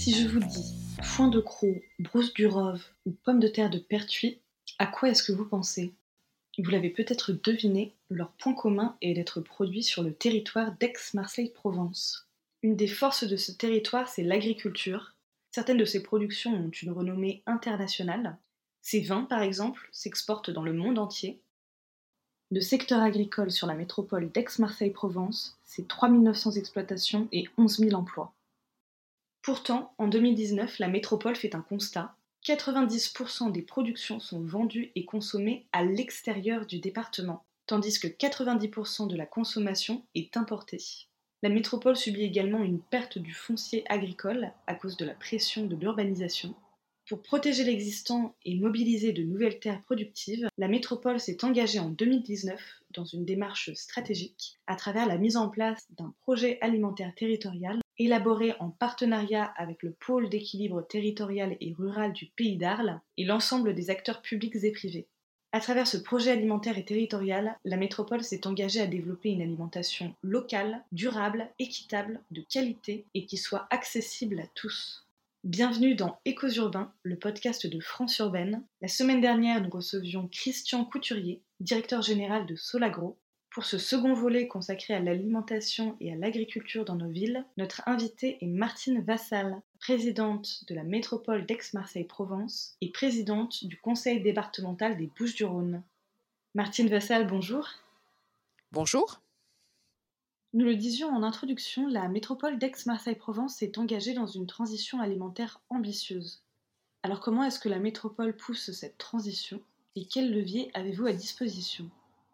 Si je vous dis foin de croc, brousse du Rove ou pommes de terre de Pertuis, à quoi est-ce que vous pensez? Vous l'avez peut-être deviné, leur point commun est d'être produits sur le territoire d'Aix-Marseille-Provence. Une des forces de ce territoire, c'est l'agriculture. Certaines de ses productions ont une renommée internationale. Ces vins, par exemple, s'exportent dans le monde entier. Le secteur agricole sur la métropole d'Aix-Marseille-Provence, c'est 3900 exploitations et 11 000 emplois. Pourtant, en 2019, la métropole fait un constat. 90% des productions sont vendues et consommées à l'extérieur du département, tandis que 90% de la consommation est importée. La métropole subit également une perte du foncier agricole à cause de la pression de l'urbanisation. Pour protéger l'existant et mobiliser de nouvelles terres productives, la métropole s'est engagée en 2019 dans une démarche stratégique à travers la mise en place d'un projet alimentaire territorial élaboré en partenariat avec le pôle d'équilibre territorial et rural du Pays d'Arles et l'ensemble des acteurs publics et privés. À travers ce projet alimentaire et territorial, la métropole s'est engagée à développer une alimentation locale, durable, équitable, de qualité et qui soit accessible à tous. Bienvenue dans Échos urbains, le podcast de France Urbaine. La semaine dernière, nous recevions Christian Couturier, directeur général de Solagro. Pour ce second volet consacré à l'alimentation et à l'agriculture dans nos villes, notre invitée est Martine Vassal, présidente de la métropole d'Aix-Marseille-Provence et présidente du conseil départemental des Bouches-du-Rhône. Martine Vassal, bonjour. Bonjour. Nous le disions en introduction, la métropole d'Aix-Marseille-Provence s'est engagée dans une transition alimentaire ambitieuse. Alors comment est-ce que la métropole pousse cette transition et quels leviers avez-vous à disposition?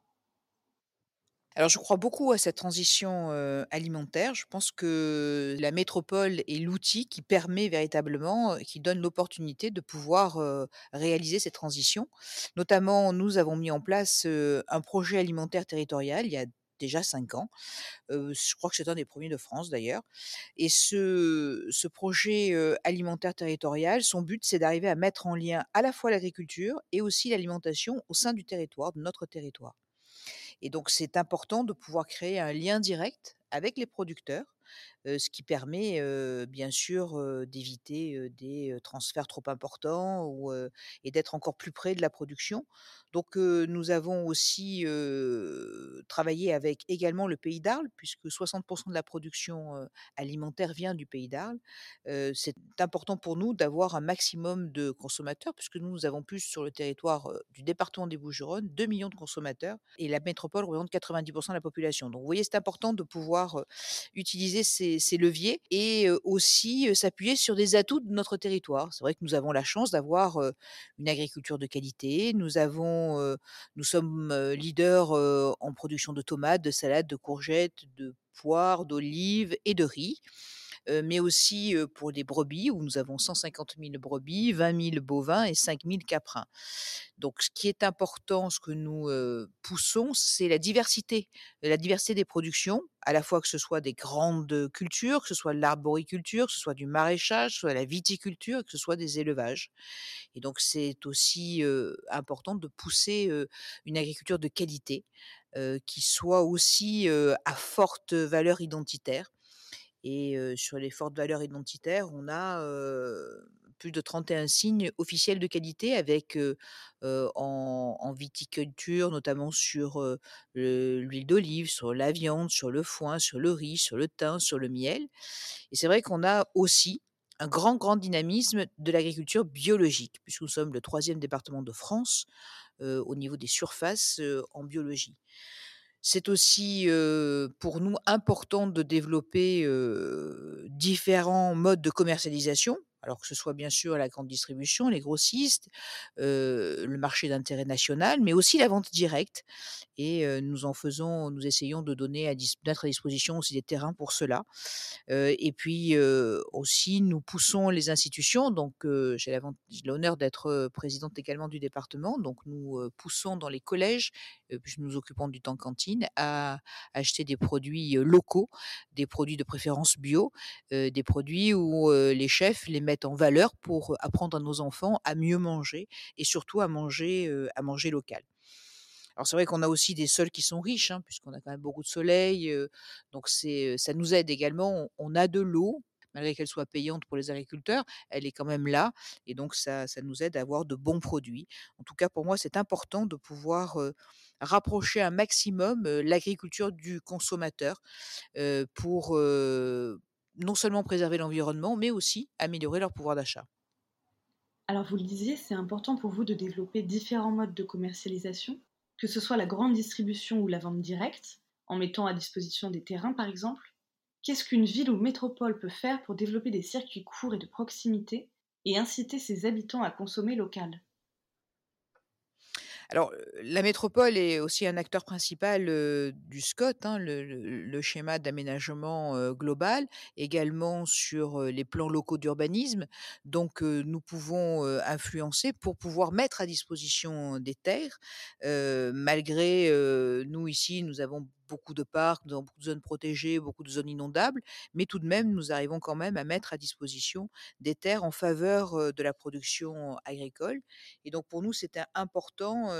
Alors je crois beaucoup à cette transition, alimentaire. Je pense que la métropole est l'outil qui permet véritablement, qui donne l'opportunité de pouvoir, réaliser cette transition. Notamment, nous avons mis en place, un projet alimentaire territorial il y a déjà 5 ans. Je crois que c'est un des premiers de France d'ailleurs et ce projet, alimentaire territorial, son but, c'est d'arriver à mettre en lien à la fois l'agriculture et aussi l'alimentation au sein du territoire, de notre territoire. Et donc c'est important de pouvoir créer un lien direct avec les producteurs, ce qui permet, bien sûr, d'éviter, des, transferts trop importants et d'être encore plus près de la production. Donc nous avons aussi, travaillé avec également le Pays d'Arles puisque 60 de la production, alimentaire vient du Pays d'Arles. C'est important pour nous d'avoir un maximum de consommateurs puisque nous avons plus sur le territoire, du département des Bouches-du-Rhône, 2 millions de consommateurs et la métropole représente 90 de la population. Donc vous voyez, c'est important de pouvoir, utiliser ces leviers et aussi, s'appuyer sur des atouts de notre territoire. C'est vrai que nous avons la chance d'avoir, une agriculture de qualité. Nous sommes, leaders, en production de tomates, de salades, de courgettes, de poires, d'olives et de riz. Mais aussi, pour les brebis où nous avons 150 000 brebis, 20 000 bovins et 5 000 caprins. Donc ce qui est important, ce que nous, poussons, c'est la diversité des productions, à la fois que ce soit des grandes cultures, que ce soit de l'arboriculture, que ce soit du maraîchage, que ce soit la viticulture, que ce soit des élevages. Et donc c'est aussi, important de pousser, une agriculture de qualité, qui soit aussi, à forte valeur identitaire. Et sur les fortes valeurs identitaires, on a, plus de 31 signes officiels de qualité avec, en viticulture, notamment sur, l'huile d'olive, sur la viande, sur le foin, sur le riz, sur le thym, sur le miel. Et c'est vrai qu'on a aussi un grand, grand dynamisme de l'agriculture biologique, puisque nous sommes le troisième département de France, au niveau des surfaces, en biologie. C'est aussi, pour nous important de développer, différents modes de commercialisation. Alors que ce soit bien sûr la grande distribution, les grossistes, le marché d'intérêt national, mais aussi la vente directe et nous essayons de donner mettre à disposition aussi des terrains pour cela. Et puis, aussi nous poussons les institutions donc j'ai l'honneur d'être, présidente également du département donc nous, poussons dans les collèges, puisque nous nous occupons du temps cantine, à acheter des produits, locaux, des produits de préférence bio, des produits où, les chefs les mettent en valeur pour apprendre à nos enfants à mieux manger et surtout à manger local. Alors c'est vrai qu'on a aussi des sols qui sont riches, hein, puisqu'on a quand même beaucoup de soleil, donc ça nous aide également. On a de l'eau. malgré qu'elle soit payante pour les agriculteurs, elle est quand même là et donc ça nous aide à avoir de bons produits. En tout cas, pour moi, c'est important de pouvoir, rapprocher un maximum, l'agriculture du consommateur, pour, non seulement préserver l'environnement, mais aussi améliorer leur pouvoir d'achat. Alors vous le disiez, c'est important pour vous de développer différents modes de commercialisation, que ce soit la grande distribution ou la vente directe, en mettant à disposition des terrains par exemple. Qu'est-ce qu'une ville ou métropole peut faire pour développer des circuits courts et de proximité et inciter ses habitants à consommer local? Alors, la métropole est aussi un acteur principal, du SCOT, hein, le schéma d'aménagement, global, également sur, les plans locaux d'urbanisme. Donc, nous pouvons, influencer pour pouvoir mettre à disposition des terres, malgré, nous ici, nous avons beaucoup de parcs, nous avons beaucoup de zones protégées, beaucoup de zones inondables, mais tout de même, nous arrivons quand même à mettre à disposition des terres en faveur, de la production agricole et donc pour nous, c'était important,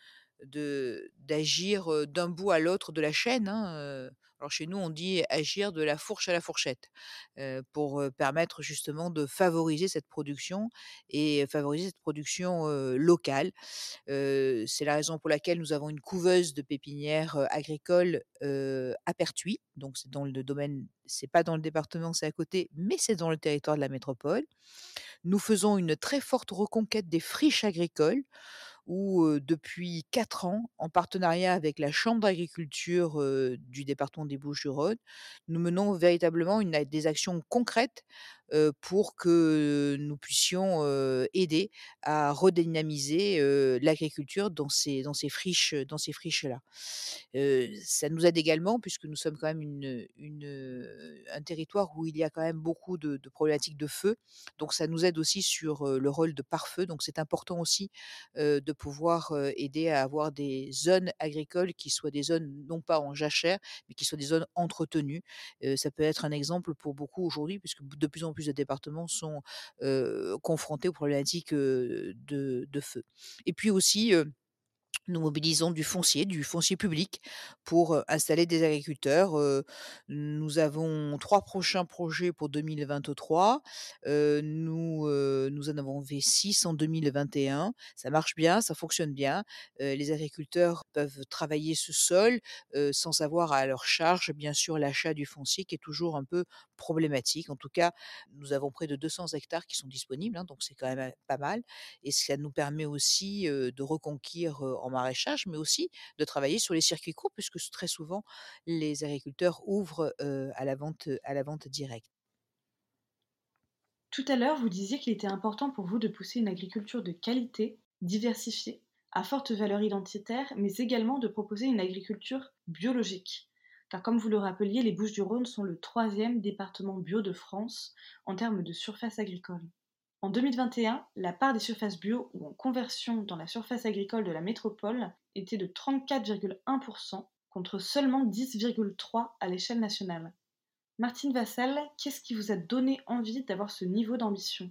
de d'agir, d'un bout à l'autre de la chaîne, hein, alors chez nous, on dit agir de la fourche à la fourchette, pour, permettre justement de favoriser cette production et favoriser cette production, locale. C'est la raison pour laquelle nous avons une couveuse de pépinières, agricoles, à Pertuis, donc c'est dans le domaine c'est pas dans le département, c'est à côté, mais c'est dans le territoire de la métropole. Nous faisons une très forte reconquête des friches agricoles où, depuis 4 ans, en partenariat avec la chambre d'agriculture, du département des Bouches-du-Rhône, nous menons véritablement des actions concrètes, pour que nous puissions, aider à redynamiser, l'agriculture dans ces friches-là. Ça nous aide également puisque nous sommes quand même un territoire où il y a quand même beaucoup de problématiques de feu, donc ça nous aide aussi sur, le rôle de pare-feu, donc c'est important aussi de pouvoir, aider à avoir des zones agricoles qui soient des zones non pas en jachère, mais qui soient des zones entretenues. Ça peut être un exemple pour beaucoup aujourd'hui puisque de plus en plus de départements sont, confrontés aux problématiques, de feu. Et puis aussi, nous mobilisons du foncier public pour, installer des agriculteurs. Nous avons 3 prochains projets pour 2023. Nous en avons fait 6 en 2021. Ça marche bien, ça fonctionne bien. Les agriculteurs peuvent travailler ce sol, sans avoir à leur charge, bien sûr, l'achat du foncier qui est toujours un peu problématique. En tout cas, nous avons près de 200 hectares qui sont disponibles, hein, donc c'est quand même, pas mal et ça nous permet aussi, de reconquérir, en maraîchage, mais aussi de travailler sur les circuits courts puisque très souvent les agriculteurs ouvrent, à la vente directe. Tout à l'heure, vous disiez qu'il était important pour vous de pousser une agriculture de qualité, diversifiée, à forte valeur identitaire, mais également de proposer une agriculture biologique. Car comme vous le rappeliez, les Bouches-du-Rhône sont le troisième département bio de France en termes de surface agricole. En 2021, la part des surfaces bio ou en conversion dans la surface agricole de la métropole était de 34,1% contre seulement 10,3% à l'échelle nationale. Martine Vassal, qu'est-ce qui vous a donné envie d'avoir ce niveau d'ambition?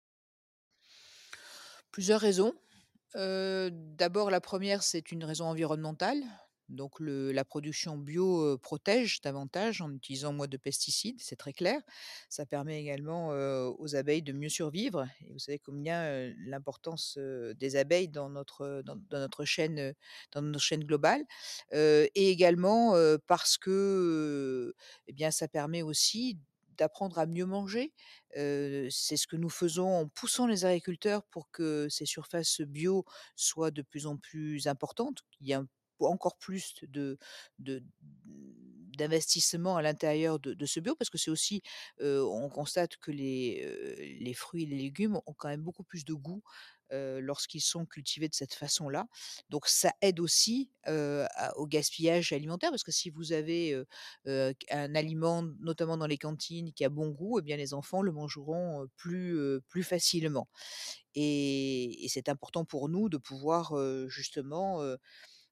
Plusieurs raisons. D'abord la première c'est une raison environnementale. Donc la production bio, protège davantage en utilisant moins de pesticides, c'est très clair. Ça permet également, aux abeilles de mieux survivre et vous savez combien, l'importance, des abeilles dans notre chaîne, dans notre chaîne globale. Et également, parce que, et bien ça permet aussi d'apprendre à mieux manger. C'est ce que nous faisons en poussant les agriculteurs pour que ces surfaces bio soient de plus en plus importantes, qu'il y ait encore plus de d'investissement à l'intérieur de ce bio. Parce que c'est aussi, on constate que les fruits et les légumes ont quand même beaucoup plus de goût, lorsqu'ils sont cultivés de cette façon-là. Donc ça aide aussi, au gaspillage alimentaire parce que si vous avez, un aliment, notamment dans les cantines, qui a bon goût, eh bien les enfants le mangeront, plus facilement et c'est important pour nous de pouvoir, justement,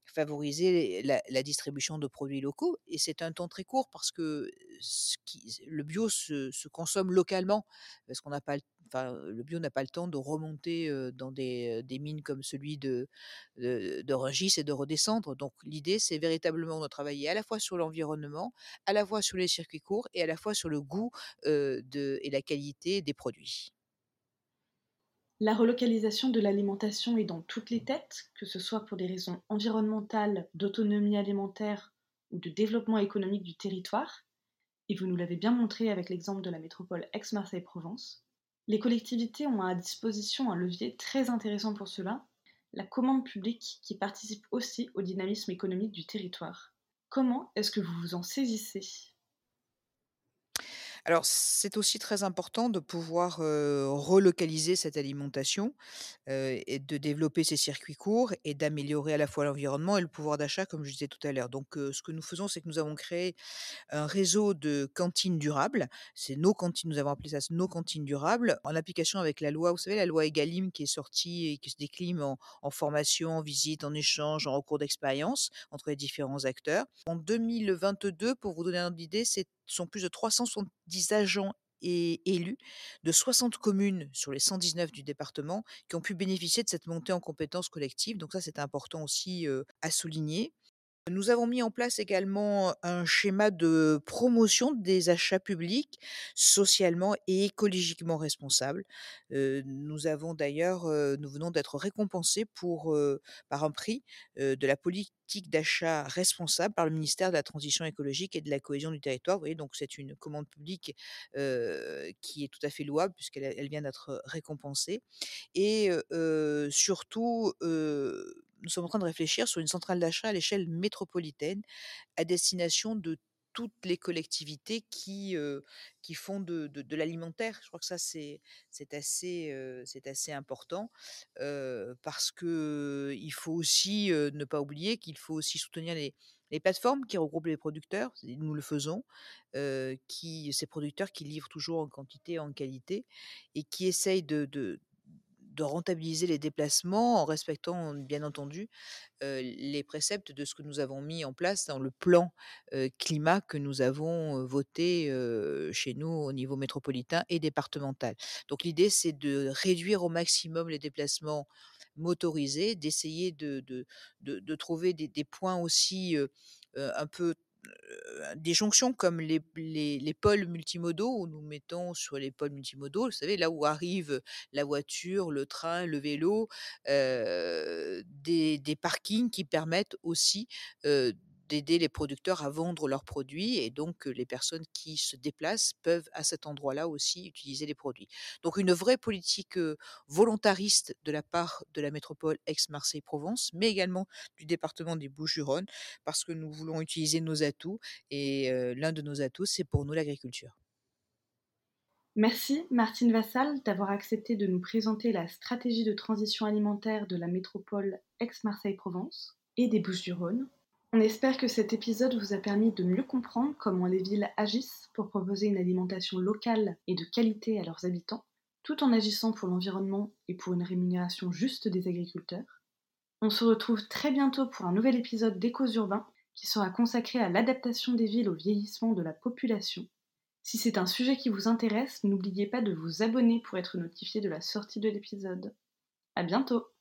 favoriser la distribution de produits locaux et c'est un temps très court parce que le bio se consomme localement parce qu'on n'a pas le bio n'a pas le temps de remonter, dans des mines comme celui de Rungis et de redescendre. Donc l'idée, c'est véritablement de travailler à la fois sur l'environnement, à la fois sur les circuits courts et à la fois sur le goût, de et la qualité des produits. La relocalisation de l'alimentation est dans toutes les têtes, que ce soit pour des raisons environnementales, d'autonomie alimentaire ou de développement économique du territoire, et vous nous l'avez bien montré avec l'exemple de la métropole Aix-Marseille-Provence. Les collectivités ont à disposition un levier très intéressant pour cela, la commande publique qui participe aussi au dynamisme économique du territoire. Comment est-ce que vous vous en saisissez? Alors, c'est aussi très important de pouvoir, relocaliser cette alimentation, et de développer ces circuits courts et d'améliorer à la fois l'environnement et le pouvoir d'achat, comme je disais tout à l'heure. Donc, ce que nous faisons, c'est que nous avons créé un réseau de cantines durables. C'est nos cantines, nous avons appelé ça nos cantines durables, en application avec la loi, vous savez, la loi Egalim qui est sortie et qui se décline en formation, en visite, en échange, en recours d'expérience entre les différents acteurs. En 2022, pour vous donner un ordre d'idée, ce sont plus de 370 agents et élus de 60 communes sur les 119 du département qui ont pu bénéficier de cette montée en compétences collectives. Donc ça, c'est important aussi, à souligner. Nous avons mis en place également un schéma de promotion des achats publics socialement et écologiquement responsables. Nous venons d'être récompensés par un prix, de la politique d'achat responsable par le ministère de la Transition écologique et de la cohésion du territoire. Vous voyez, donc c'est une commande publique, qui est tout à fait louable puisqu'elle vient d'être récompensée et surtout, nous sommes en train de réfléchir sur une centrale d'achat à l'échelle métropolitaine, à destination de toutes les collectivités qui font de l'alimentaire. Je crois que ça c'est assez important, parce qu'il faut aussi, ne pas oublier qu'il faut aussi soutenir les plateformes qui regroupent les producteurs, nous le faisons, ces producteurs qui livrent toujours en quantité et en qualité et qui essayent de rentabiliser les déplacements en respectant, bien entendu, les préceptes de ce que nous avons mis en place dans le plan, climat que nous avons, voté, chez nous au niveau métropolitain et départemental. Donc l'idée, c'est de réduire au maximum les déplacements motorisés, d'essayer de trouver des points aussi, un peu, des jonctions comme les pôles multimodaux où nous mettons sur les pôles multimodaux, vous savez, là où arrive la voiture, le train, le vélo, des parkings qui permettent aussi, d'aider les producteurs à vendre leurs produits et donc les personnes qui se déplacent peuvent à cet endroit-là aussi utiliser les produits. Donc une vraie politique, volontariste de la part de la métropole Aix-Marseille-Provence, mais également du département des Bouches-du-Rhône parce que nous voulons utiliser nos atouts et l'un de nos atouts, c'est pour nous l'agriculture. Merci Martine Vassal d'avoir accepté de nous présenter la stratégie de transition alimentaire de la métropole Aix-Marseille-Provence et des Bouches-du-Rhône. On espère que cet épisode vous a permis de mieux comprendre comment les villes agissent pour proposer une alimentation locale et de qualité à leurs habitants, tout en agissant pour l'environnement et pour une rémunération juste des agriculteurs. On se retrouve très bientôt pour un nouvel épisode d'Échos urbains qui sera consacré à l'adaptation des villes au vieillissement de la population. Si c'est un sujet qui vous intéresse, n'oubliez pas de vous abonner pour être notifié de la sortie de l'épisode. À bientôt!